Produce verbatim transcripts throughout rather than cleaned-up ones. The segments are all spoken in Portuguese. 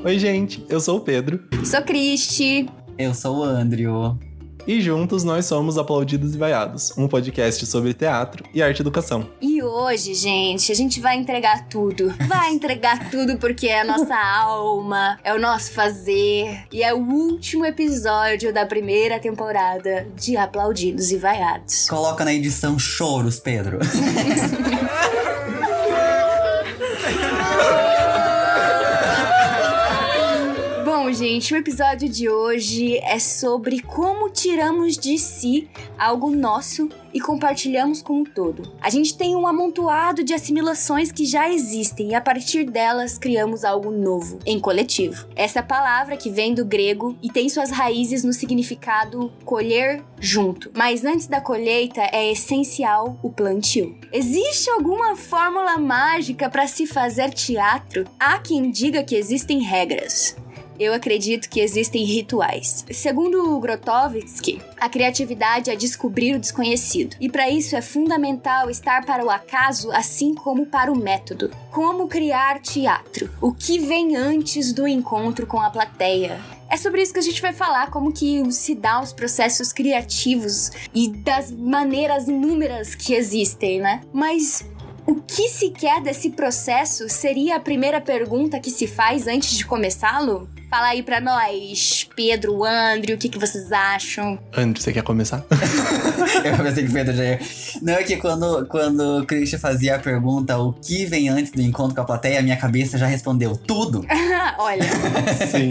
Oi, gente, eu sou o Pedro. Sou Cristi. Eu sou o Andrew. E juntos nós somos Aplaudidos e Vaiados, um podcast sobre teatro e arte educação. E hoje, gente, a gente vai entregar tudo. Vai entregar tudo porque é a nossa alma, é o nosso fazer. E é o último episódio da primeira temporada de Aplaudidos e Vaiados. Coloca na edição choros, Pedro. Bom, gente, o episódio de hoje é sobre como tiramos de si algo nosso e compartilhamos com o todo. A gente tem um amontoado de assimilações que já existem e a partir delas criamos algo novo, em coletivo. Essa palavra que vem do grego e tem suas raízes no significado colher junto. Mas antes da colheita é essencial o plantio. Existe alguma fórmula mágica para se fazer teatro? Há quem diga que existem regras. Eu acredito que existem rituais. Segundo Grotowski, a criatividade é descobrir o desconhecido. E para isso é fundamental estar para o acaso, assim como para o método. Como criar teatro? O que vem antes do encontro com a plateia? É sobre isso que a gente vai falar, como que se dá os processos criativos e das maneiras inúmeras que existem, né? Mas o que se quer desse processo seria a primeira pergunta que se faz antes de começá-lo? Fala aí pra nós, Pedro, Andrew, o que, que vocês acham? Andrew, você quer começar? Eu pensei que o Pedro já ia... Não, é que quando, quando o Christian fazia a pergunta o que vem antes do encontro com a plateia, a minha cabeça já respondeu tudo. Olha. Sim.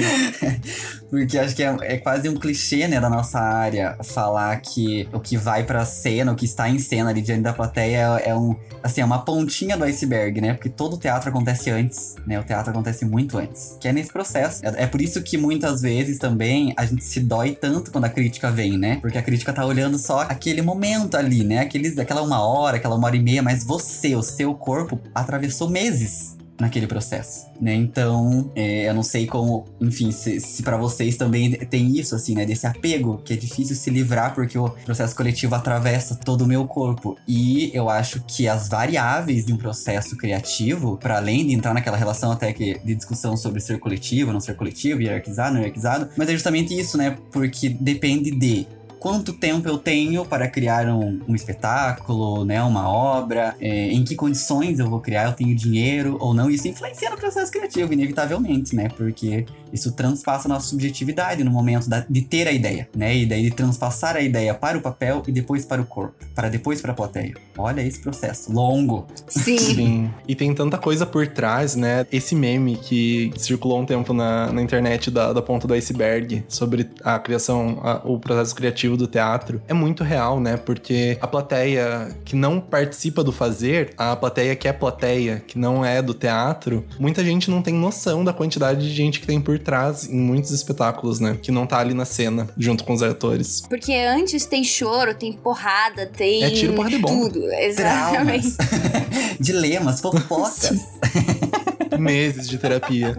Porque acho que é, é quase um clichê, né, da nossa área, falar que o que vai pra cena, o que está em cena ali diante da plateia é, um, assim, é uma pontinha do iceberg, né? Porque todo o teatro acontece antes, né? O teatro acontece muito antes, que é nesse processo. É, é por isso que muitas vezes também a gente se dói tanto quando a crítica vem, né? Porque a crítica tá olhando só aquele momento ali, né? Aqueles, aquela uma hora, aquela uma hora e meia, mas você, o seu corpo, atravessou meses naquele processo, né? Então, é, eu não sei como, enfim, se, se pra vocês também tem isso, assim, né? Desse apego, que é difícil se livrar porque o processo coletivo atravessa todo o meu corpo. E eu acho que as variáveis de um processo criativo, para além de entrar naquela relação até que de discussão sobre ser coletivo, não ser coletivo, hierarquizado, não hierarquizado, mas é justamente isso, né? Porque depende de quanto tempo eu tenho para criar um, um espetáculo, né, uma obra, é, em que condições eu vou criar, eu tenho dinheiro ou não. Isso influencia no processo criativo, inevitavelmente, né? Porque isso transpassa a nossa subjetividade no momento da, de ter a ideia, né? E daí de transpassar a ideia para o papel e depois para o corpo, para depois para a plateia. Olha esse processo, longo. Sim. Sim. E tem tanta coisa por trás, né? Esse meme que circulou um tempo na, na internet da, da ponta do iceberg sobre a criação, a, o processo criativo do teatro é muito real, né? Porque a plateia que não participa do fazer, a plateia que é plateia, que não é do teatro, muita gente não tem noção da quantidade de gente que tem por trás em muitos espetáculos, né? Que não tá ali na cena, junto com os atores. Porque antes tem choro, tem porrada, tem... É tiro, porrada e bomba. Tudo, exatamente. Dilemas, fofocas. Meses de terapia.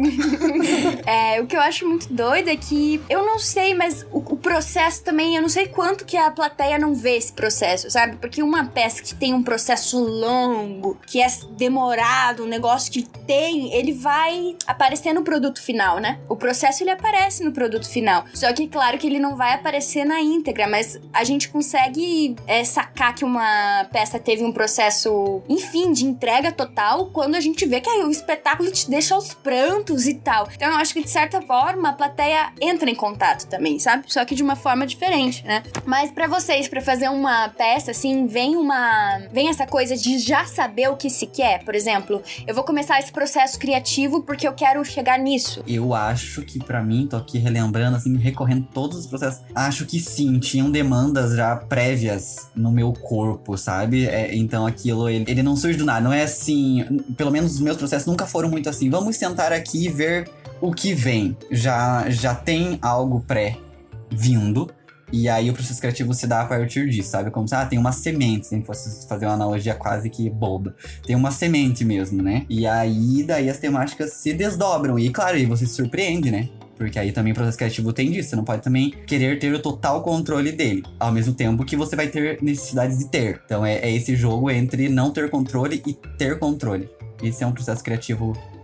É, o que eu acho muito doido é que eu não sei, mas o, o processo também, eu não sei quanto que a plateia não vê esse processo, sabe? Porque uma peça que tem um processo longo, que é demorado, um negócio que tem, ele vai aparecer no produto final, né? O processo, ele aparece no produto final. Só que, claro que ele não vai aparecer na íntegra, mas a gente consegue é, sacar que uma peça teve um processo, enfim, de entrega total quando a gente vê que aí, o espetáculo te deixa aos prantos e tal. Então eu acho que de certa forma a plateia entra em contato também, sabe? Só que de uma forma diferente, né? Mas pra vocês, pra fazer uma peça assim, vem uma... vem essa coisa de já saber o que se quer. Por exemplo, eu vou começar esse processo criativo porque eu quero chegar nisso. Eu acho que pra mim, tô aqui relembrando, assim, recorrendo todos os processos, acho que sim, tinham demandas já prévias no meu corpo, sabe? É, então aquilo, ele, ele não surge do nada, não é assim, pelo menos os meus processos nunca foram muito assim, vamos sentar aqui e ver o que vem. Já, já tem algo pré-vindo, e aí o processo criativo se dá a partir disso, sabe? Como se, ah, tem uma semente, se fosse fazer uma analogia quase que boba. Tem uma semente mesmo, né? E aí, daí as temáticas se desdobram, e claro, aí você se surpreende, né? Porque aí também o processo criativo tem disso. Você não pode também querer ter o total controle dele, ao mesmo tempo que você vai ter necessidades de ter. Então é, é esse jogo entre não ter controle e ter controle. Esse é um processo criativo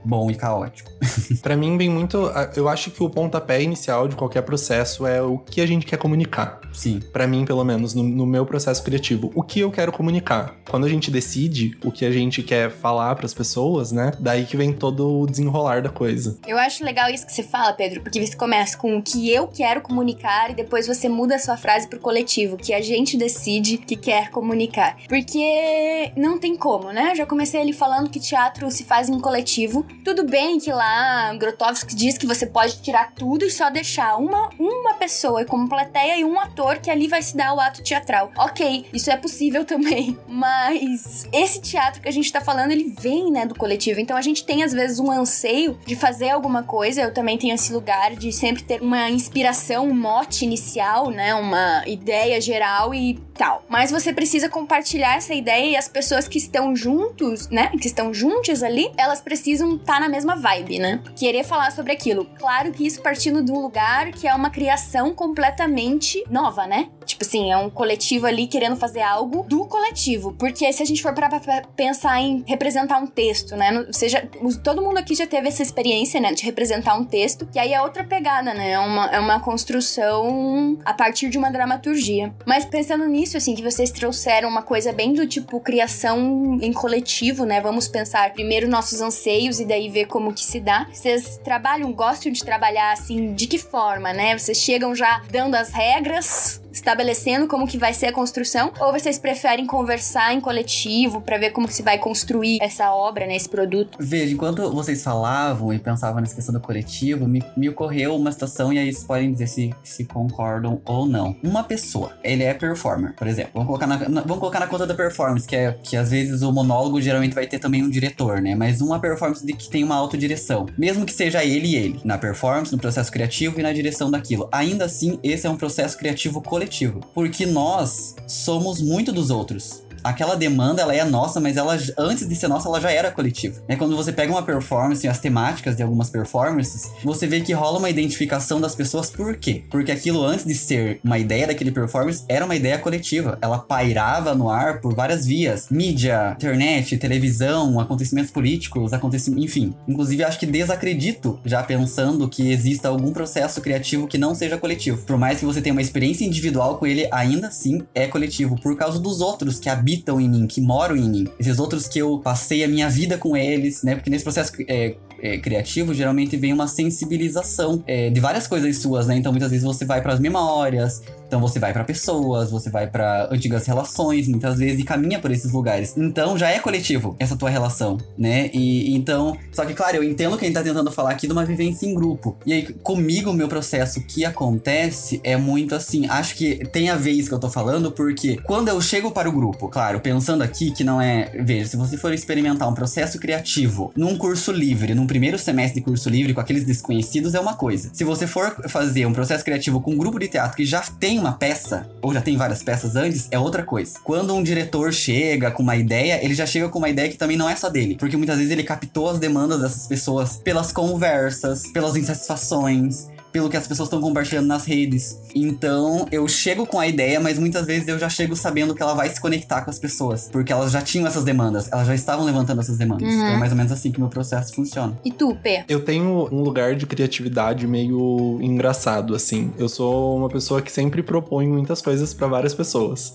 bom e caótico. Pra mim, vem muito... Eu acho que o pontapé inicial de qualquer processo é o que a gente quer comunicar. Sim. Pra mim, pelo menos, no, no meu processo criativo. O que eu quero comunicar. Quando a gente decide o que a gente quer falar pras pessoas, né? Daí que vem todo o desenrolar da coisa. Eu acho legal isso que você fala, Pedro, porque você começa com o que eu quero comunicar e depois você muda a sua frase pro coletivo, que a gente decide que quer comunicar. Porque não tem como, né? Eu já comecei ali falando que teatro se faz em coletivo. Tudo bem que lá Grotowski diz que você pode tirar tudo e só deixar uma, uma pessoa como plateia e um ator que ali vai se dar o ato teatral. Ok, isso é possível também, mas esse teatro que a gente tá falando, ele vem, né, do coletivo. Então a gente tem às vezes um anseio de fazer alguma coisa. Eu também tenho esse lugar de sempre ter uma inspiração, um mote inicial, né, uma ideia geral e tal. Mas você precisa compartilhar essa ideia e as pessoas que estão juntos, né, que estão juntas ali, elas precisam estar na mesma vibe, né? Querer falar sobre aquilo. Claro que isso partindo de um lugar que é uma criação completamente nova, né? Tipo assim, é um coletivo ali querendo fazer algo do coletivo. Porque se a gente for parar pra pensar em representar um texto, né? Seja, todo mundo aqui já teve essa experiência, né? De representar um texto. Que aí é outra pegada, né? É uma, é uma construção a partir de uma dramaturgia. Mas pensando nisso, assim, que vocês trouxeram uma coisa bem do tipo criação em coletivo, né? Vamos pensar primeiro nossos anseios e daí ver como que se dá. Vocês trabalham, gostam de trabalhar, assim, de que forma, né? Vocês chegam já dando as regras, estabelecendo como que vai ser a construção, ou vocês preferem conversar em coletivo pra ver como que se vai construir essa obra, né, esse produto? Veja, enquanto vocês falavam e pensavam nessa questão do coletivo, me, me ocorreu uma situação, e aí vocês podem dizer se, se concordam ou não. Uma pessoa, ele é performer, por exemplo. Vamos colocar na, na, vamos colocar na conta da performance, que é que às vezes o monólogo geralmente vai ter também um diretor, né? Mas uma performance de que tem uma autodireção. Mesmo que seja ele e ele, na performance, no processo criativo e na direção daquilo. Ainda assim, esse é um processo criativo coletivo. Porque nós somos muito dos outros. Aquela demanda, ela é nossa, mas ela, antes de ser nossa, ela já era coletiva. É quando você pega uma performance, as temáticas de algumas performances, você vê que rola uma identificação das pessoas. Por quê? Porque aquilo, antes de ser uma ideia daquele performance, era uma ideia coletiva. Ela pairava no ar por várias vias. Mídia, internet, televisão, acontecimentos políticos, acontecimentos... Enfim. Inclusive, acho que desacredito, já pensando que exista algum processo criativo que não seja coletivo. Por mais que você tenha uma experiência individual com ele, ainda assim é coletivo. Por causa dos outros que habitam habitam em mim, que moram em mim. Esses outros que eu passei a minha vida com eles, né? Porque nesse processo é, é, criativo, geralmente vem uma sensibilização é, de várias coisas suas, né? Então, muitas vezes você vai para as memórias, então você vai para pessoas, você vai para antigas relações, muitas vezes, e caminha por esses lugares. Então, já é coletivo essa tua relação, né? E então, só que, claro, eu entendo que a gente tá tentando falar aqui de uma vivência em grupo. E aí, comigo, o meu processo que acontece é muito assim, acho que tem a ver isso que eu tô falando, porque quando eu chego para o grupo, claro, pensando aqui que não é... Veja, se você for experimentar um processo criativo num curso livre, num primeiro semestre de curso livre com aqueles desconhecidos, é uma coisa. Se você for fazer um processo criativo com um grupo de teatro que já tem uma peça, ou já tem várias peças antes, é outra coisa. Quando um diretor chega com uma ideia, ele já chega com uma ideia que também não é só dele, porque muitas vezes ele captou as demandas dessas pessoas pelas conversas, pelas insatisfações, pelo que as pessoas estão compartilhando nas redes. Então, eu chego com a ideia, mas muitas vezes eu já chego sabendo que ela vai se conectar com as pessoas, porque elas já tinham essas demandas, elas já estavam levantando essas demandas. Uhum. Então é mais ou menos assim que o meu processo funciona. E tu, Pê? Eu tenho um lugar de criatividade meio engraçado, assim. Eu sou uma pessoa que sempre propõe muitas coisas pra várias pessoas.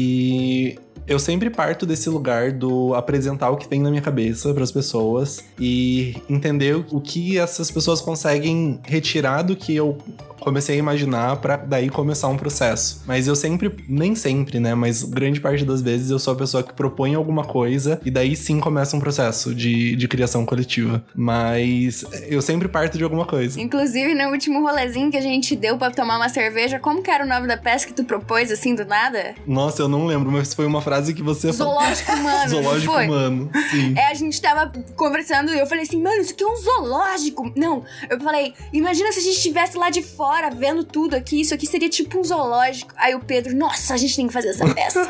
E... eu sempre parto desse lugar do apresentar o que tem na minha cabeça pras pessoas e entender o que essas pessoas conseguem retirar do que eu comecei a imaginar pra daí começar um processo. Mas eu sempre, nem sempre, né, mas grande parte das vezes eu sou a pessoa que propõe alguma coisa e daí sim começa um processo de, de criação coletiva. Mas eu sempre parto de alguma coisa. Inclusive, no último rolezinho que a gente deu pra tomar uma cerveja, como que era o nome da peça que tu propôs, assim, do nada? Nossa, eu não lembro, mas foi uma frase que você falou. Zoológico humano. Zoológico foi? humano, sim. É, a gente tava conversando e eu falei assim, mano, isso aqui é um zoológico. Não, eu falei, imagina se a gente estivesse lá de fora vendo tudo aqui, isso aqui seria tipo um zoológico. Aí o Pedro, nossa, a gente tem que fazer essa peça.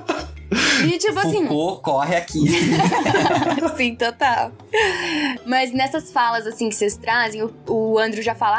E tipo assim... Foucault corre aqui. Sim, total. Mas nessas falas assim que vocês trazem, o, o Andrew já fala, ah,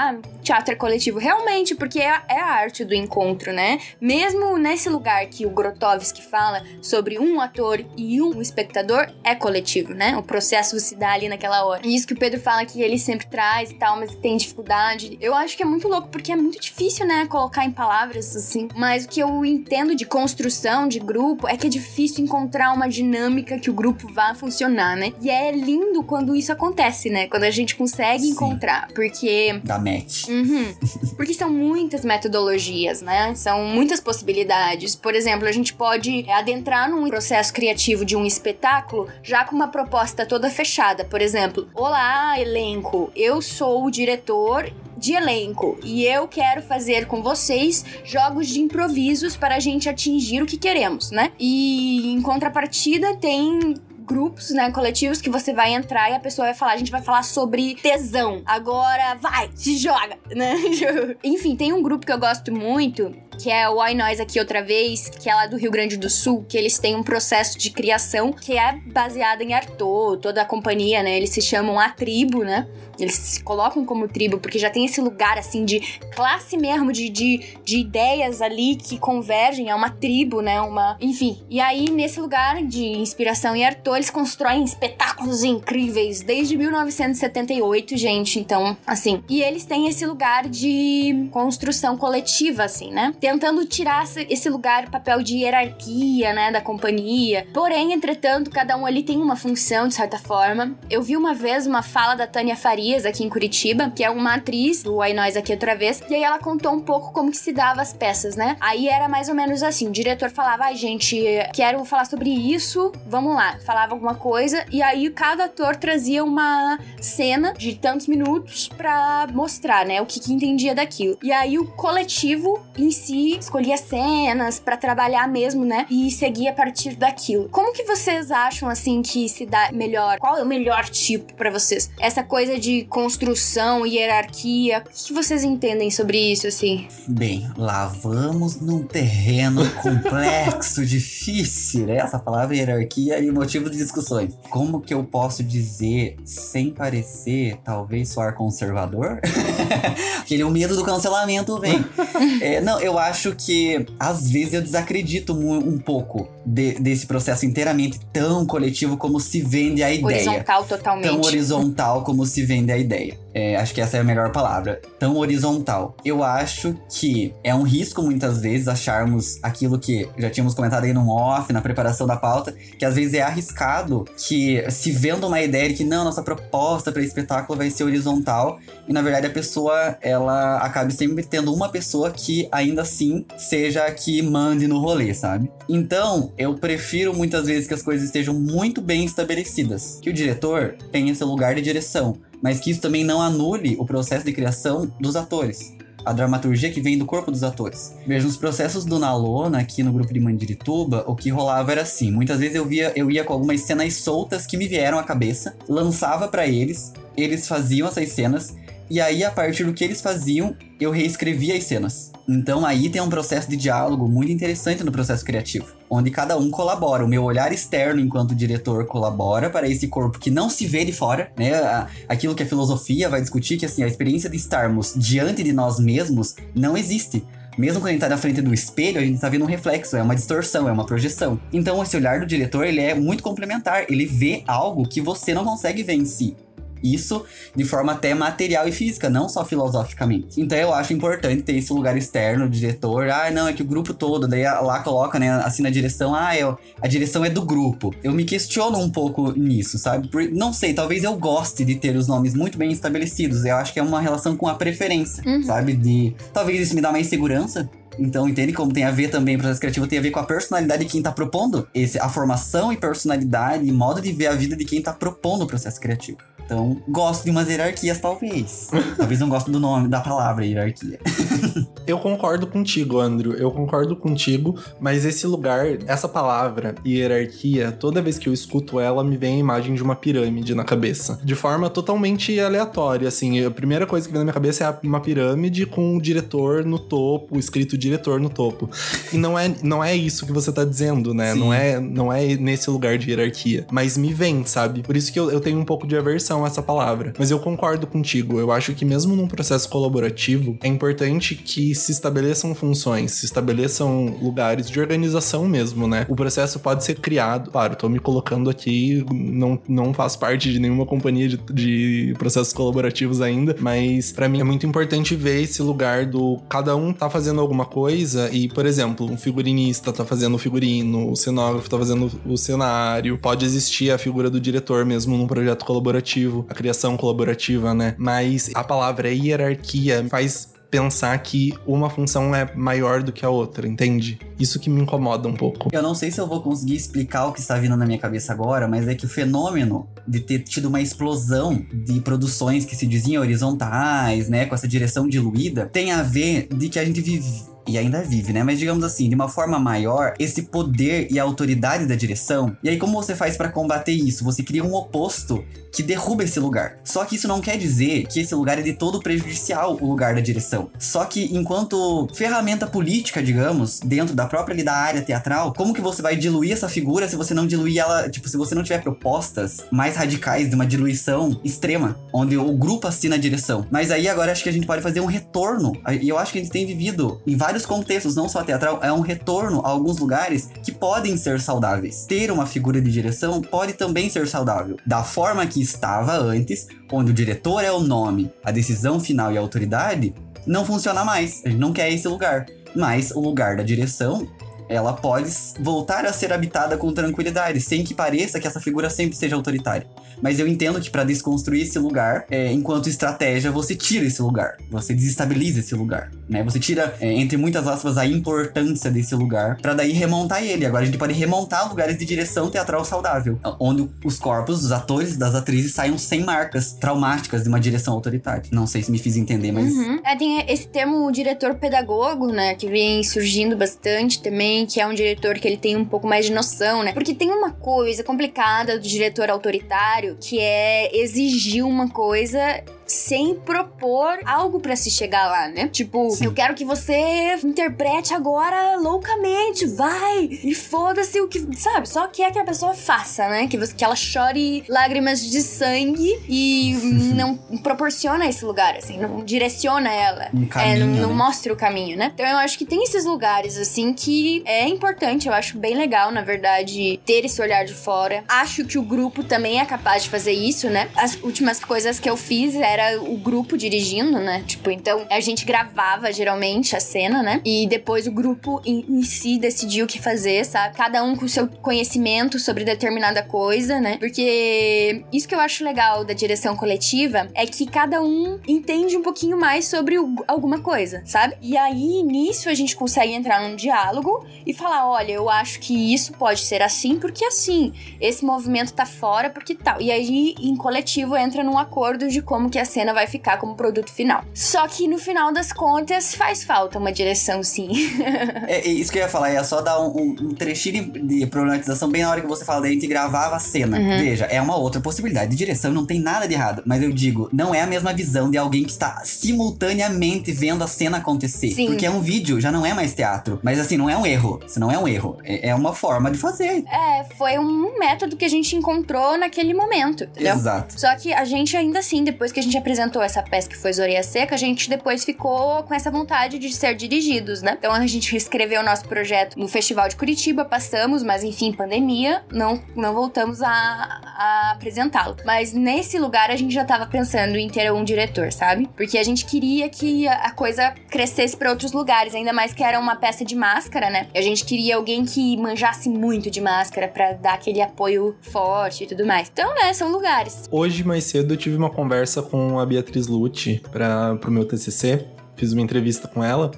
teatro é coletivo. Realmente, porque é a, é a arte do encontro, né? Mesmo nesse lugar que o Grotowski fala sobre um ator e um espectador, é coletivo, né? O processo se dá ali naquela hora. E isso que o Pedro fala que ele sempre traz e tal, mas tem dificuldade. Eu acho que é muito louco, porque é muito difícil, né? Colocar em palavras, assim. Mas o que eu entendo de construção de grupo é que é difícil encontrar uma dinâmica que o grupo vá funcionar, né? E é lindo quando isso acontece, né? Quando a gente consegue Sim. encontrar, porque... Da match. Uhum. Porque são muitas metodologias, né? São muitas possibilidades. Por exemplo, a gente pode adentrar num processo criativo de um espetáculo já com uma proposta toda fechada. Por exemplo, olá, elenco, eu sou o diretor de elenco e eu quero fazer com vocês jogos de improvisos para a gente atingir o que queremos, né? E em contrapartida tem grupos, né, coletivos que você vai entrar e a pessoa vai falar, a gente vai falar sobre tesão. Agora vai, se joga, né? Enfim, tem um grupo que eu gosto muito, que é o Oi Nós Aqui Outra Vez, que é lá do Rio Grande do Sul, que eles têm um processo de criação que é baseado em Artaud, toda a companhia, né? Eles se chamam a tribo, né? Eles se colocam como tribo, porque já tem esse lugar, assim, de classe mesmo, de, de, de ideias ali que convergem, é uma tribo, né? Uma... Enfim, e aí, nesse lugar de inspiração em Artaud, eles constroem espetáculos incríveis desde mil novecentos e setenta e oito, gente, então, assim. E eles têm esse lugar de construção coletiva, assim, né? Tentando tirar esse lugar, papel de hierarquia, né, da companhia. Porém, entretanto, cada um ali tem uma função, de certa forma. Eu vi uma vez uma fala da Tânia Farias aqui em Curitiba, que é uma atriz do Oi Nós Aqui Outra Vez, e aí ela contou um pouco como que se dava as peças, né? Aí era mais ou menos assim, o diretor falava, ai, gente, quero falar sobre isso, vamos lá. Falava alguma coisa, e aí cada ator trazia uma cena de tantos minutos pra mostrar, né, o que que entendia daquilo. E aí o coletivo em si escolhia cenas pra trabalhar mesmo, né? E seguir a partir daquilo. Como que vocês acham, assim, que se dá melhor? Qual é o melhor tipo pra vocês? Essa coisa de construção, hierarquia, o que vocês entendem sobre isso, assim? Bem, lá vamos num terreno complexo, difícil, né? Essa palavra hierarquia e motivo de discussões. Como que eu posso dizer, sem parecer, talvez soar conservador? Aquele o medo do cancelamento vem. É, não, eu acho que, às vezes, eu desacredito um pouco de, desse processo inteiramente tão coletivo como se vende a ideia. Horizontal totalmente. Tão horizontal como se vende a ideia. É, acho que essa é a melhor palavra. Tão horizontal. Eu acho que é um risco, muitas vezes, acharmos aquilo que já tínhamos comentado aí no off, na preparação da pauta, que às vezes é arriscado que se venda uma ideia de que não, nossa proposta para esse espetáculo vai ser horizontal, e na verdade a pessoa, ela acabe sempre tendo uma pessoa que ainda assim seja a que mande no rolê, sabe? Então, eu prefiro muitas vezes que as coisas estejam muito bem estabelecidas, que o diretor tenha seu lugar de direção, mas que isso também não anule o processo de criação dos atores. A dramaturgia que vem do corpo dos atores. Veja, nos processos do Na Lona, aqui no grupo de Mandirituba, o que rolava era assim. Muitas vezes eu, via, eu ia com algumas cenas soltas que me vieram à cabeça, lançava pra eles, eles faziam essas cenas, e aí, a partir do que eles faziam, eu reescrevia as cenas. Então, aí tem um processo de diálogo muito interessante no processo criativo, onde cada um colabora. O meu olhar externo, enquanto diretor, colabora para esse corpo que não se vê de fora, né? Aquilo que a filosofia vai discutir, que assim, a experiência de estarmos diante de nós mesmos não existe. Mesmo quando a gente tá na frente do espelho, a gente tá vendo um reflexo, é uma distorção, é uma projeção. Então, esse olhar do diretor, ele é muito complementar. Ele vê algo que você não consegue ver em si. Isso de forma até material e física, não só filosoficamente. Então eu acho importante ter esse lugar externo, o diretor. Ah, não, é que o grupo todo, daí lá coloca, né, assim na direção, ah, eu, a direção é do grupo. Eu me questiono um pouco nisso, sabe? Por, não sei, talvez eu goste de ter os nomes muito bem estabelecidos. Eu acho que é uma relação com a preferência, uhum. sabe? De, talvez isso me dá mais segurança. Então, entende como tem a ver também, o processo criativo tem a ver com a personalidade de quem tá propondo. Esse, a formação e personalidade e modo de ver a vida de quem tá propondo o processo criativo. Então, gosto de umas hierarquias, talvez. Talvez não gosto do nome, da palavra hierarquia. Eu concordo contigo, Andrew. Eu concordo contigo, mas esse lugar, essa palavra, hierarquia, toda vez que eu escuto ela, me vem a imagem de uma pirâmide na cabeça. De forma totalmente aleatória, assim. A primeira coisa que vem na minha cabeça é uma pirâmide com o diretor no topo, escrito diretor no topo. E não é, não é isso que você tá dizendo, né? Não é, não é nesse lugar de hierarquia. Mas me vem, sabe? Por isso que eu, eu tenho um pouco de aversão a essa palavra. Mas eu concordo contigo. Eu acho que mesmo num processo colaborativo, é importante que se estabeleçam funções, se estabeleçam lugares de organização mesmo, né? O processo pode ser criado. Claro, tô me colocando aqui, não, não faço parte de nenhuma companhia de, de processos colaborativos ainda, mas pra mim é muito importante ver esse lugar do cada um tá fazendo alguma coisa e, por exemplo, um figurinista tá fazendo o figurino, o cenógrafo tá fazendo o cenário, pode existir a figura do diretor mesmo num projeto colaborativo, a criação colaborativa, né? Mas a palavra hierarquia faz pensar que uma função é maior do que a outra, entende? Isso que me incomoda um pouco. Eu não sei se eu vou conseguir explicar o que está vindo na minha cabeça agora, mas é que o fenômeno de ter tido uma explosão de produções que se diziam horizontais, né, com essa direção diluída, tem a ver de que a gente vive... E ainda vive, né? Mas digamos assim, de uma forma maior, esse poder e a autoridade da direção. E aí, como você faz pra combater isso? Você cria um oposto que derruba esse lugar. Só que isso não quer dizer que esse lugar é de todo prejudicial, o lugar da direção. Só que enquanto ferramenta política, digamos, dentro da própria ali, da área teatral, como que você vai diluir essa figura se você não diluir ela, tipo, se você não tiver propostas mais radicais de uma diluição extrema, onde o grupo assina a direção. Mas aí agora acho que a gente pode fazer um retorno. E eu acho que a gente tem vivido em vários contextos, não só teatral, é um retorno a alguns lugares que podem ser saudáveis. Ter uma figura de direção pode também ser saudável. Da forma que estava antes, onde o diretor é o nome, a decisão final e a autoridade, não funciona mais. A gente não quer esse lugar. Mas o lugar da direção, ela pode voltar a ser habitada com tranquilidade, sem que pareça que essa figura sempre seja autoritária. Mas eu entendo que para desconstruir esse lugar, é, enquanto estratégia, você tira esse lugar. Você desestabiliza esse lugar, né? Você tira, é, entre muitas aspas, a importância desse lugar, para daí remontar ele. Agora a gente pode remontar lugares de direção teatral saudável, onde os corpos dos atores, das atrizes, saiam sem marcas traumáticas de uma direção autoritária. Não sei se me fiz entender, mas... Uhum. É, tem esse termo diretor pedagogo, né? Que vem surgindo bastante também, que é um diretor que ele tem um pouco mais de noção, né? Porque tem uma coisa complicada do diretor autoritário, que é exigir uma coisa sem propor algo pra se chegar lá, né? Tipo, sim, eu quero que você interprete agora loucamente, vai! E foda-se o que... Sabe? Só quer que a pessoa faça, né? Que, você, que ela chore lágrimas de sangue e não proporciona esse lugar, assim. Não direciona ela. Um caminho, é, não, né? não mostra o caminho, né? Então eu acho que tem esses lugares, assim, que é importante. Eu acho bem legal, na verdade, ter esse olhar de fora. Acho que o grupo também é capaz de fazer isso, né? As últimas coisas que eu fiz era o grupo dirigindo, né? Tipo, então a gente gravava geralmente a cena, né? E depois o grupo em, em si decidiu o que fazer, sabe? Cada um com o seu conhecimento sobre determinada coisa, né? Porque isso que eu acho legal da direção coletiva é que cada um entende um pouquinho mais sobre o, alguma coisa, sabe? E aí, nisso, a gente consegue entrar num diálogo e falar, olha, eu acho que isso pode ser assim porque assim, esse movimento tá fora porque tal. E aí, em coletivo, entra num acordo de como que a cena vai ficar como produto final. Só que no final das contas faz falta uma direção, sim. É, é isso que eu ia falar, é só dar um, um, um trechinho de problematização bem na hora que você fala da gente gravava a cena. Uhum. Veja, é uma outra possibilidade de direção, não tem nada de errado. Mas eu digo, não é a mesma visão de alguém que está simultaneamente vendo a cena acontecer. Sim. Porque é um vídeo, já não é mais teatro. Mas assim, não é um erro. Isso não é um erro. É, é uma forma de fazer. É, foi um método que a gente encontrou naquele momento, entendeu? Exato. Só que a gente ainda assim, depois que a gente apresentou essa peça que foi Zoreia Seca, a gente depois ficou com essa vontade de ser dirigidos, né? Então a gente reescreveu o nosso projeto no Festival de Curitiba, passamos, mas enfim, pandemia, não, não voltamos a, a apresentá-lo. Mas nesse lugar a gente já tava pensando em ter um diretor, sabe? Porque a gente queria que a coisa crescesse pra outros lugares, ainda mais que era uma peça de máscara, né? E a gente queria alguém que manjasse muito de máscara pra dar aquele apoio forte e tudo mais. Então, né, são lugares. Hoje, mais cedo, eu tive uma conversa com a Beatriz Lucci para pro meu T C C, fiz uma entrevista com ela.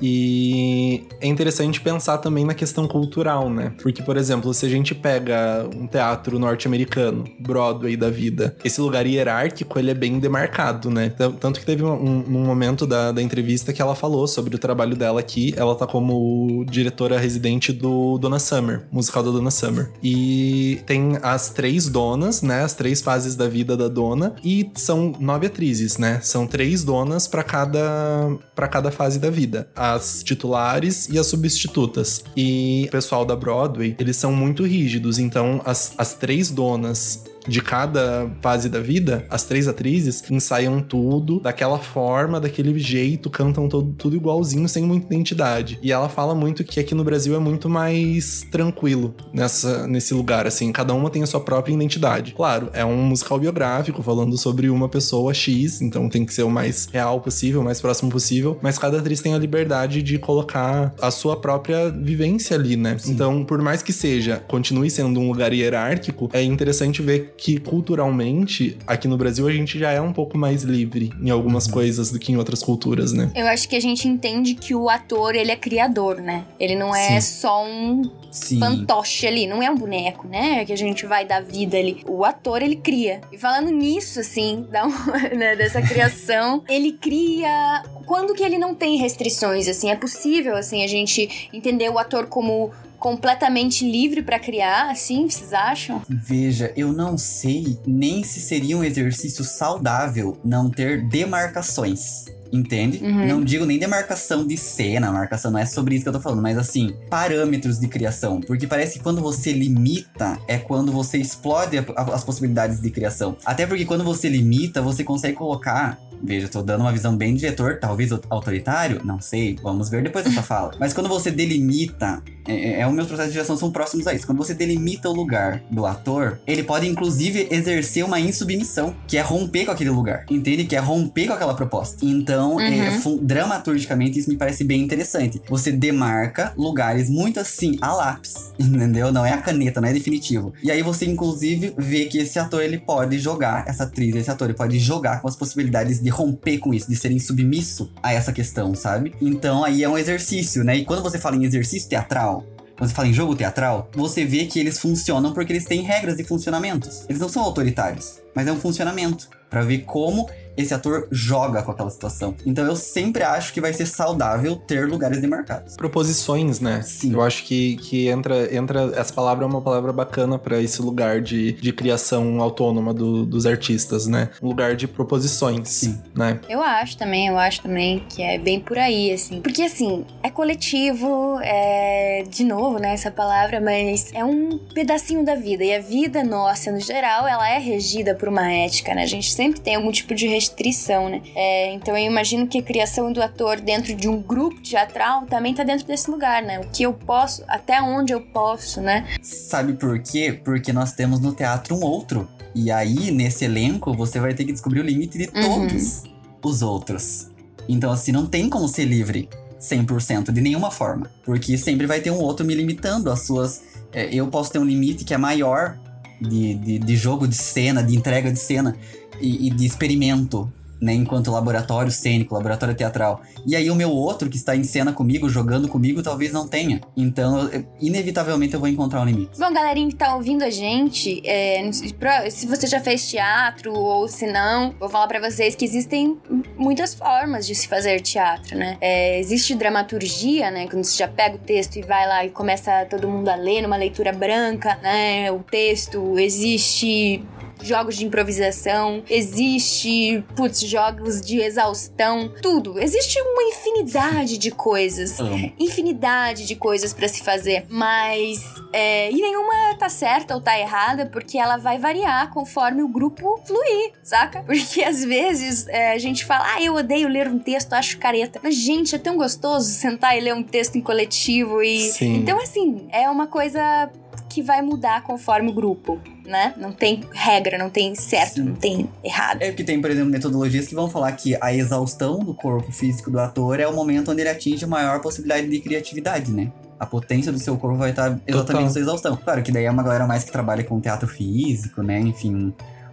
E é interessante pensar também na questão cultural, né? Porque, por exemplo, se a gente pega um teatro norte-americano, Broadway da vida, esse lugar hierárquico, ele é bem demarcado, né? Tanto que teve um, um momento da, da entrevista que ela falou sobre o trabalho dela aqui. Ela tá como diretora residente do Donna Summer, musical da Donna Summer. E tem as três donas, né? As três fases da vida da dona. E são nove atrizes, né? São três donas pra cada, pra cada fase da vida. As titulares e as substitutas. E o pessoal da Broadway, eles são muito rígidos. Então, as, as três donas de cada fase da vida, as três atrizes ensaiam tudo daquela forma, daquele jeito, cantam todo, tudo igualzinho, sem muita identidade. E ela fala muito que aqui no Brasil é muito mais tranquilo nessa, nesse lugar, assim, cada uma tem a sua própria identidade. Claro, é um musical biográfico falando sobre uma pessoa X, então tem que ser o mais real possível, o mais próximo possível, mas cada atriz tem a liberdade de colocar a sua própria vivência ali, né? Sim. Então, por mais que seja, continue sendo um lugar hierárquico, é interessante ver que culturalmente, aqui no Brasil, a gente já é um pouco mais livre em algumas uhum. coisas do que em outras culturas, né? Eu acho que a gente entende que o ator, ele é criador, né? Ele não é Sim. só um Sim. fantoche ali, não é um boneco, né? Que a gente vai dar vida ali. O ator, ele cria. E falando nisso, assim, da, né, dessa criação, ele cria... Quando que ele não tem restrições, assim? É possível, assim, a gente entender o ator como completamente livre pra criar, assim, vocês acham? Veja, eu não sei nem se seria um exercício saudável não ter demarcações. Entende? Uhum. Não digo nem demarcação de cena, marcação não é sobre isso que eu tô falando, mas assim, parâmetros de criação. Porque parece que quando você limita, é quando você explode a, a, as possibilidades de criação. Até porque quando você limita, você consegue colocar... Veja, eu tô dando uma visão bem diretor, talvez autoritário, não sei, vamos ver depois dessa fala. Mas quando você delimita, é, é, os meus processos de geração são próximos a isso. Quando você delimita o lugar do ator, ele pode inclusive exercer uma insubmissão, que é romper com aquele lugar, entende? Que é romper com aquela proposta. Então, uhum. é, dramaturgicamente, isso me parece bem interessante. Você demarca lugares muito assim, a lápis, entendeu? Não é a caneta, não é definitivo. E aí você inclusive vê que esse ator, ele pode jogar, essa atriz, esse ator, ele pode jogar com as possibilidades de romper com isso, de serem submisso a essa questão, sabe? Então aí é um exercício, né? E quando você fala em exercício teatral, quando você fala em jogo teatral, você vê que eles funcionam porque eles têm regras e funcionamentos. Eles não são autoritários, mas é um funcionamento pra ver como esse ator joga com aquela situação. Então eu sempre acho que vai ser saudável ter lugares demarcados. Proposições, né? Sim. Eu acho que, que entra, entra... Essa palavra é uma palavra bacana pra esse lugar de, de criação autônoma do, dos artistas, né? Um lugar de proposições, Sim. né? Eu acho também, eu acho também que é bem por aí, assim. Porque, assim, é coletivo, é... De novo, né, essa palavra, mas é um pedacinho da vida. E a vida nossa, no geral, ela é regida por uma ética, né? A gente sempre tem algum tipo de restrição, né? É, então eu imagino que a criação do ator dentro de um grupo teatral também tá dentro desse lugar, né? O que eu posso, até onde eu posso, né? Sabe por quê? Porque nós temos no teatro um outro. E aí, nesse elenco, você vai ter que descobrir o limite de todos uhum. os outros. Então, assim, não tem como ser livre cem por cento de nenhuma forma. Porque sempre vai ter um outro me limitando as suas... É, eu posso ter um limite que é maior de, de, de jogo de cena, de entrega de cena e, e de experimento, né? Enquanto laboratório cênico, laboratório teatral. E aí o meu outro que está em cena comigo, jogando comigo, talvez não tenha. Então, eu, inevitavelmente eu vou encontrar um limite. Bom, galerinha que tá ouvindo a gente, é, se você já fez teatro ou se não, vou falar pra vocês que existem muitas formas de se fazer teatro, né? É, existe dramaturgia, né? Quando você já pega o texto e vai lá e começa todo mundo a ler numa leitura branca, né? O texto, existe... jogos de improvisação, existe, putz, jogos de exaustão, tudo. Existe uma infinidade de coisas. Uhum. Infinidade de coisas pra se fazer. Mas, é, e nenhuma tá certa ou tá errada, porque ela vai variar conforme o grupo fluir, saca? Porque às vezes é, a gente fala, ah, eu odeio ler um texto, acho careta. Mas, gente, é tão gostoso sentar e ler um texto em coletivo e... Sim. Então, assim, é uma coisa... que vai mudar conforme o grupo, né? Não tem regra, não tem certo, Sim. não tem errado. É porque tem, por exemplo, metodologias que vão falar que a exaustão do corpo físico do ator é o momento onde ele atinge a maior possibilidade de criatividade, né? A potência do seu corpo vai estar exatamente na sua exaustão. Claro que daí é uma galera mais que trabalha com teatro físico, né? Enfim,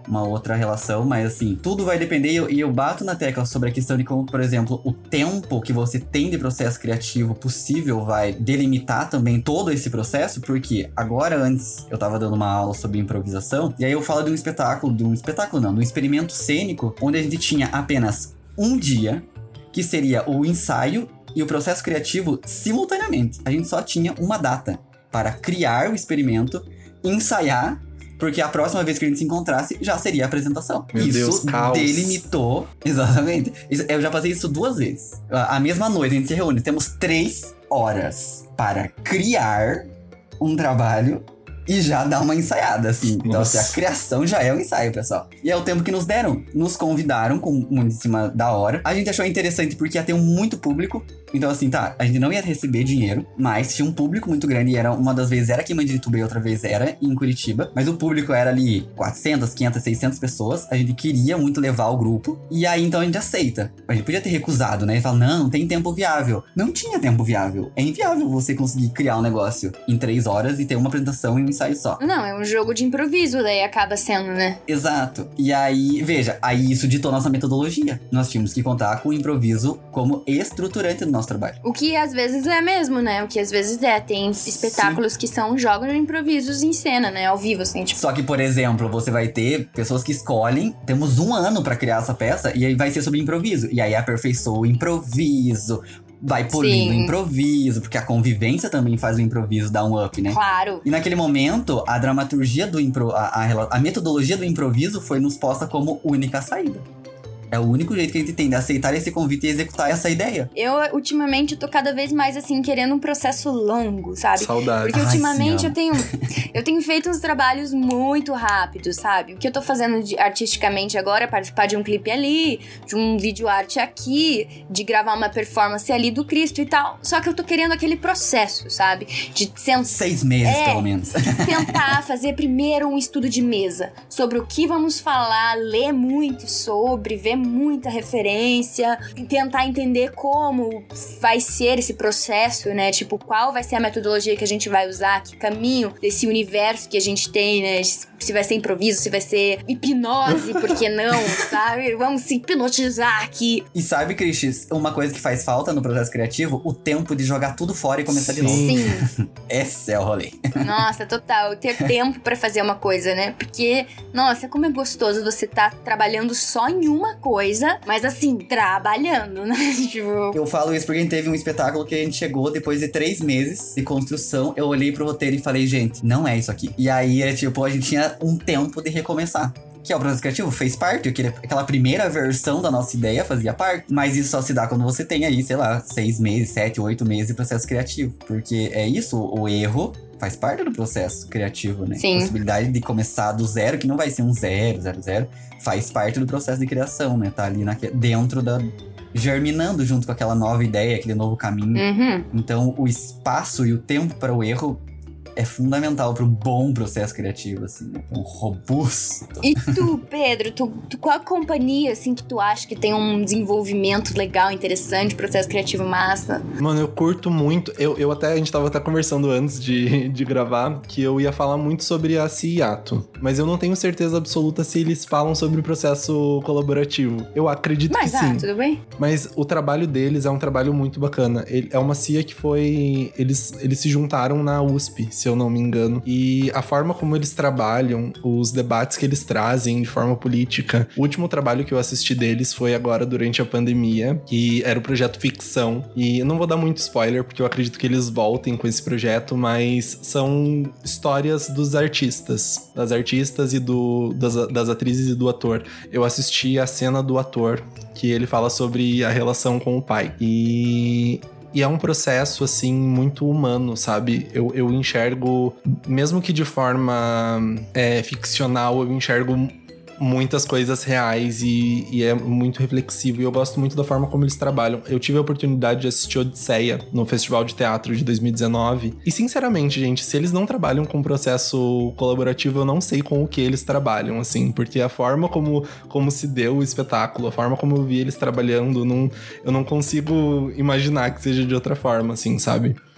uma outra relação, mas assim, tudo vai depender, e eu, e eu bato na tecla sobre a questão de como, por exemplo, o tempo que você tem de processo criativo possível vai delimitar também todo esse processo, porque agora, antes, eu tava dando uma aula sobre improvisação, e aí eu falo de um espetáculo, de um espetáculo não, de um experimento cênico, onde a gente tinha apenas um dia, que seria o ensaio e o processo criativo simultaneamente. A gente só tinha uma data para criar o experimento, ensaiar, porque a próxima vez que a gente se encontrasse já seria a apresentação. Meu isso Deus, caos. delimitou. Exatamente. Eu já passei isso duas vezes. A mesma noite a gente se reúne. Temos três horas para criar um trabalho e já dar uma ensaiada, assim. Então, assim, a criação já é um ensaio, pessoal. E é o tempo que nos deram. Nos convidaram com muito em cima da hora. A gente achou interessante porque ia ter muito público. Então, assim, tá, a gente não ia receber dinheiro, mas tinha um público muito grande. E era, uma das vezes era aqui em Mandirituba e outra vez era em Curitiba. Mas o público era ali quatrocentas, quinhentas, seiscentas pessoas. A gente queria muito levar o grupo. E aí, então, a gente aceita. A gente podia ter recusado, né? E falar, não, não tem tempo viável. Não tinha tempo viável. É inviável você conseguir criar um negócio em três horas e ter uma apresentação e um ensaio só. Não, é um jogo de improviso, daí acaba sendo, né? Exato. E aí, veja, aí isso ditou nossa metodologia. Nós tínhamos que contar com o improviso como estruturante do nosso trabalho. O que às vezes é mesmo, né? O que às vezes é. Tem espetáculos Sim. que são jogos de improvisos em cena, né? Ao vivo, assim, tipo... Só que, por exemplo, você vai ter pessoas que escolhem, temos um ano pra criar essa peça, e aí vai ser sobre improviso. E aí aperfeiçoa o improviso, vai polindo o improviso, porque a convivência também faz o improviso dar um up, né? Claro. E naquele momento, a dramaturgia do impro... A, a, a metodologia do improviso foi nos posta como única saída. É o único jeito que a gente tem de aceitar esse convite e executar essa ideia. Eu, ultimamente, tô cada vez mais, assim, querendo um processo longo, sabe? Saudade. Porque, ultimamente, Ai, eu tenho... eu tenho feito uns trabalhos muito rápidos, sabe? O que eu tô fazendo de, artisticamente agora é participar de um clipe ali, de um vídeo arte aqui, de gravar uma performance ali do Cristo e tal. Só que eu tô querendo aquele processo, sabe? De sentar... Seis meses, é, pelo menos. Sentar, fazer primeiro um estudo de mesa sobre o que vamos falar, ler muito sobre, ver muita referência, tentar entender como vai ser esse processo, né? Tipo, qual vai ser a metodologia que a gente vai usar, que caminho desse universo que a gente tem, né? Se vai ser improviso, se vai ser hipnose, por que não, sabe? Vamos se hipnotizar aqui. E sabe, Cris, uma coisa que faz falta no processo criativo? O tempo de jogar tudo fora e começar Sim. de novo. Sim. Esse é o rolê. Nossa, total. Ter tempo pra fazer uma coisa, né? Porque, nossa, como é gostoso você tá trabalhando só em uma coisa, mas assim, trabalhando, né? Tipo... Eu falo isso porque a gente teve um espetáculo que a gente chegou depois de três meses de construção. Eu olhei pro roteiro e falei, gente, não é isso aqui. E aí, é tipo, a gente tinha um tempo de recomeçar. Que é o processo criativo, fez parte, aquele, aquela primeira versão da nossa ideia fazia parte, mas isso só se dá quando você tem aí, sei lá, seis meses, sete, oito meses de processo criativo. Porque é isso, o erro faz parte do processo criativo, né? Sim. A possibilidade de começar do zero, que não vai ser um zero, zero, zero, faz parte do processo de criação, né? Tá ali naque, dentro da... germinando junto com aquela nova ideia, aquele novo caminho. Uhum. Então, o espaço e o tempo para o erro é fundamental para um bom processo criativo, assim, né? Um robusto. E tu, Pedro, tu, tu, qual companhia, assim, que tu acha que tem um desenvolvimento legal, interessante, processo criativo massa? Mano, eu curto muito. Eu, eu até, a gente tava até conversando antes de, de gravar que eu ia falar muito sobre a Ciato, mas eu não tenho certeza absoluta se eles falam sobre o processo colaborativo. Eu acredito mas, que ah, sim. tudo bem? Mas o trabalho deles é um trabalho muito bacana. Ele, é uma C I A que foi... Eles, eles se juntaram na U S P, se eu não me engano. E a forma como eles trabalham, os debates que eles trazem de forma política. O último trabalho que eu assisti deles foi agora durante a pandemia, que era o projeto Ficção. E eu não vou dar muito spoiler, porque eu acredito que eles voltem com esse projeto, mas são histórias dos artistas. Das artistas e do, das, das atrizes e do ator. Eu assisti a cena do ator, que ele fala sobre a relação com o pai. E... E é um processo, assim, muito humano, sabe? Eu, eu enxergo, mesmo que de forma é, ficcional, eu enxergo muitas coisas reais e, e é muito reflexivo. E eu gosto muito da forma como eles trabalham. Eu tive a oportunidade de assistir Odisseia no Festival de Teatro de dois mil e dezenove. E, sinceramente, gente, se eles não trabalham com processo colaborativo, eu não sei com o que eles trabalham, assim. Porque a forma como, como se deu o espetáculo, a forma como eu vi eles trabalhando, não, eu não consigo imaginar que seja de outra forma, assim, sabe?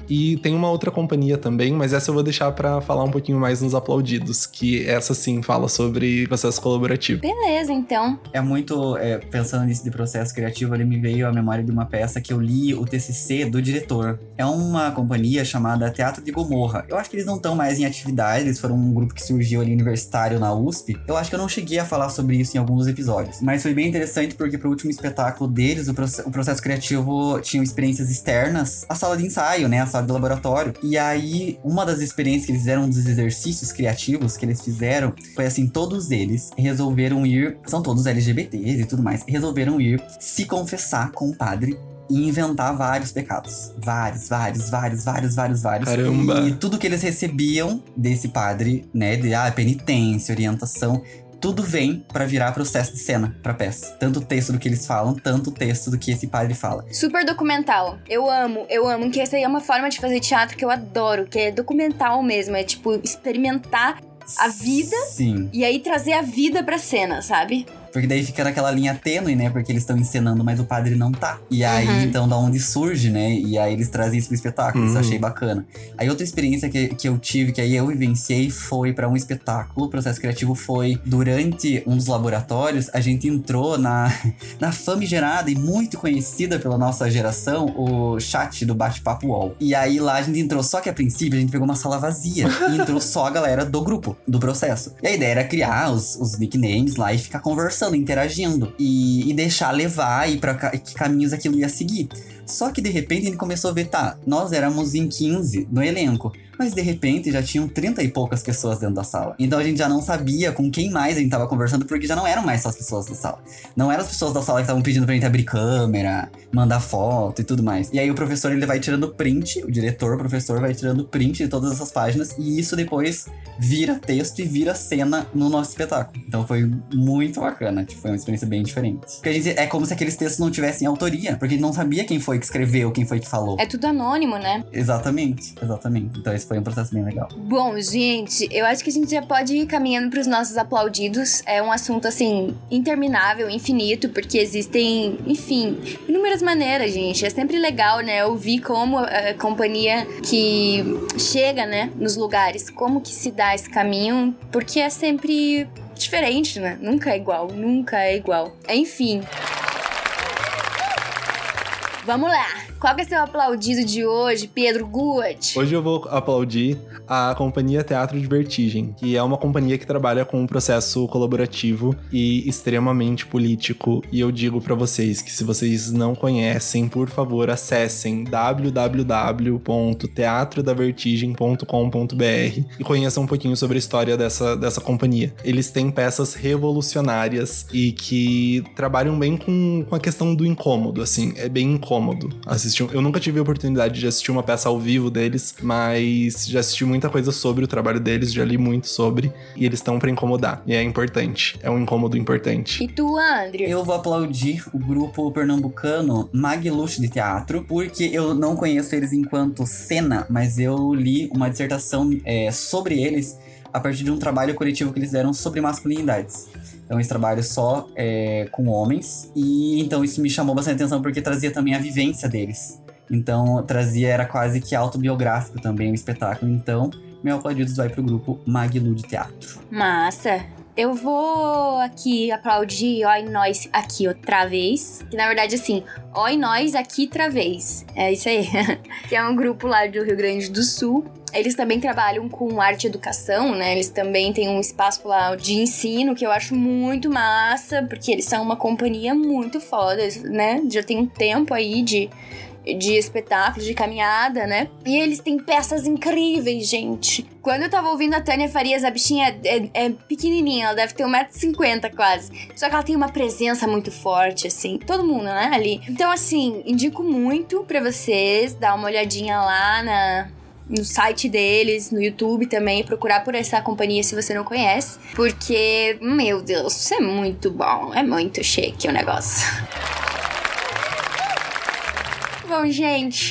E tem uma outra companhia também, mas essa eu vou deixar pra falar um pouquinho mais nos aplaudidos, que essa sim fala sobre processo colaborativo. Beleza, então. É muito, é, pensando nisso de processo criativo, ele me veio à memória de uma peça que eu li o T C C do diretor. É uma companhia chamada Teatro de Gomorra. Eu acho que eles não estão mais em atividade, eles foram um grupo que surgiu ali universitário na U S P. Eu acho que eu não cheguei a falar sobre isso em alguns episódios, mas foi bem interessante porque pro último espetáculo deles, o, proce- o processo criativo tinha experiências externas, a sala de ensaio, né, a sala de laboratório. E aí, uma das experiências que eles fizeram, um dos exercícios criativos que eles fizeram, foi assim, todos eles resolveram ir, são todos L G B Ts e tudo mais, resolveram ir se confessar com o padre e inventar vários pecados. Vários, vários, vários, vários, vários, vários. Caramba! E tudo que eles recebiam desse padre, né, de ah, penitência, orientação, tudo vem pra virar processo de cena pra peça. Tanto o texto do que eles falam, tanto o texto do que esse padre fala. Super documental. Eu amo, eu amo. Que essa aí é uma forma de fazer teatro que eu adoro, que é documental mesmo. É tipo, experimentar a vida. Sim. E aí trazer a vida pra cena, sabe? Porque daí fica naquela linha tênue, né? Porque eles estão encenando, mas o padre não tá. E aí, Uhum. então, da onde surge, né? E aí eles trazem isso pro espetáculo. Isso eu Uhum. achei bacana. Aí outra experiência que, que eu tive, que aí eu vivenciei, foi pra um espetáculo. O processo criativo foi durante um dos laboratórios. A gente entrou na, na famigerada e muito conhecida pela nossa geração, o chat do Bate-Papo U O L. E aí lá a gente entrou, só que a princípio a gente pegou uma sala vazia. E entrou só a galera do grupo, do processo. E a ideia era criar os, os nicknames lá e ficar conversando, interagindo e, e deixar levar e pra ca- que caminhos aquilo ia seguir. Só que de repente a gente começou a ver, tá, nós éramos em quinze no elenco, mas de repente já tinham trinta e poucas pessoas dentro da sala. Então a gente já não sabia com quem mais a gente tava conversando, porque já não eram mais só as pessoas da sala. Não eram as pessoas da sala que estavam pedindo pra gente abrir câmera, mandar foto e tudo mais. E aí o professor, ele vai tirando print, o diretor, o professor vai tirando print de todas essas páginas, e isso depois vira texto e vira cena no nosso espetáculo. Então foi muito bacana, tipo, foi uma experiência bem diferente. Porque a gente, é como se aqueles textos não tivessem autoria, porque a gente não sabia quem foi que escreveu, quem foi que falou. É tudo anônimo, né? Exatamente, exatamente. Então esse foi um processo bem legal. Bom, gente, eu acho que a gente já pode ir caminhando pros nossos aplaudidos. É um assunto, assim, interminável, infinito, porque existem, enfim, inúmeras maneiras, gente. É sempre legal, né, ouvir como a companhia que chega, né, nos lugares, como que se dá esse caminho, porque é sempre diferente, né? Nunca é igual, nunca é igual. Enfim. Vamos lá. Qual que é o seu aplaudido de hoje, Pedro Good? Hoje eu vou aplaudir a companhia Teatro de Vertigem, que é uma companhia que trabalha com um processo colaborativo e extremamente político. E eu digo pra vocês que se vocês não conhecem, por favor, acessem w w w ponto teatro da vertigem ponto com ponto b r e conheçam um pouquinho sobre a história dessa, dessa companhia. Eles têm peças revolucionárias e que trabalham bem com, com a questão do incômodo, assim, é bem incômodo assistir. Eu nunca tive a oportunidade de assistir uma peça ao vivo deles, mas já assisti muita coisa sobre o trabalho deles, já li muito sobre, e eles estão pra incomodar. E é importante, é um incômodo importante. E tu, André? Eu vou aplaudir o grupo pernambucano Maglush de Teatro, porque eu não conheço eles enquanto cena, mas eu li uma dissertação é, sobre eles a partir de um trabalho coletivo que eles deram sobre masculinidades. Então, esse trabalho só é, com homens. E então isso me chamou bastante atenção porque trazia também a vivência deles. Então, trazia, era quase que autobiográfico também o espetáculo. Então, meu aplaudido vai pro grupo Maglu de Teatro. Massa. Eu vou aqui aplaudir Oi Nós aqui outra vez. Que na verdade, assim, Oi Nós aqui outra vez. É isso aí. Que é um grupo lá do Rio Grande do Sul. Eles também trabalham com arte e educação, né? Eles também têm um espaço lá de ensino que eu acho muito massa, porque eles são uma companhia muito foda, né? Já tem um tempo aí de, de espetáculo, de caminhada, né? E eles têm peças incríveis, gente. Quando eu tava ouvindo a Tânia Farias, a bichinha é, é, é pequenininha, ela deve ter um metro e cinquenta quase. Só que ela tem uma presença muito forte, assim. Todo mundo, né, ali. Então, assim, indico muito pra vocês dar uma olhadinha lá na... no site deles, no YouTube também, procurar por essa companhia se você não conhece, porque, meu Deus, isso é muito bom, é muito chique o negócio. Bom, gente, é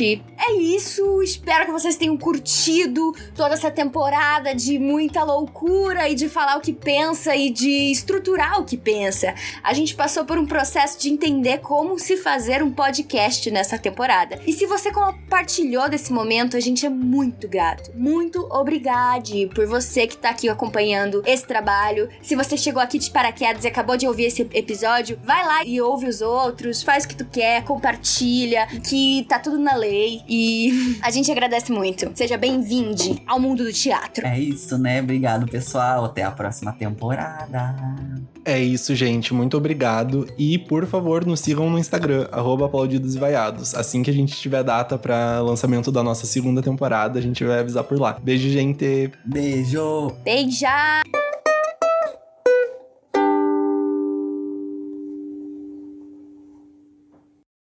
é isso. Espero que vocês tenham curtido toda essa temporada de muita loucura e de falar o que pensa e de estruturar o que pensa. A gente passou por um processo de entender como se fazer um podcast nessa temporada. E se você compartilhou desse momento, a gente é muito grato. Muito obrigado por você que tá aqui acompanhando esse trabalho. Se você chegou aqui de paraquedas e acabou de ouvir esse episódio, vai lá e ouve os outros, faz o que tu quer, compartilha, que tá tudo na lei. E a gente agradece muito. Seja bem-vindo ao mundo do teatro. É isso, né? Obrigado, pessoal. Até a próxima temporada. É isso, gente. Muito obrigado. E, por favor, nos sigam no Instagram, arroba aplaudidos e vaiados. Assim que a gente tiver data pra lançamento da nossa segunda temporada, a gente vai avisar por lá. Beijo, gente! Beijo! Beijo!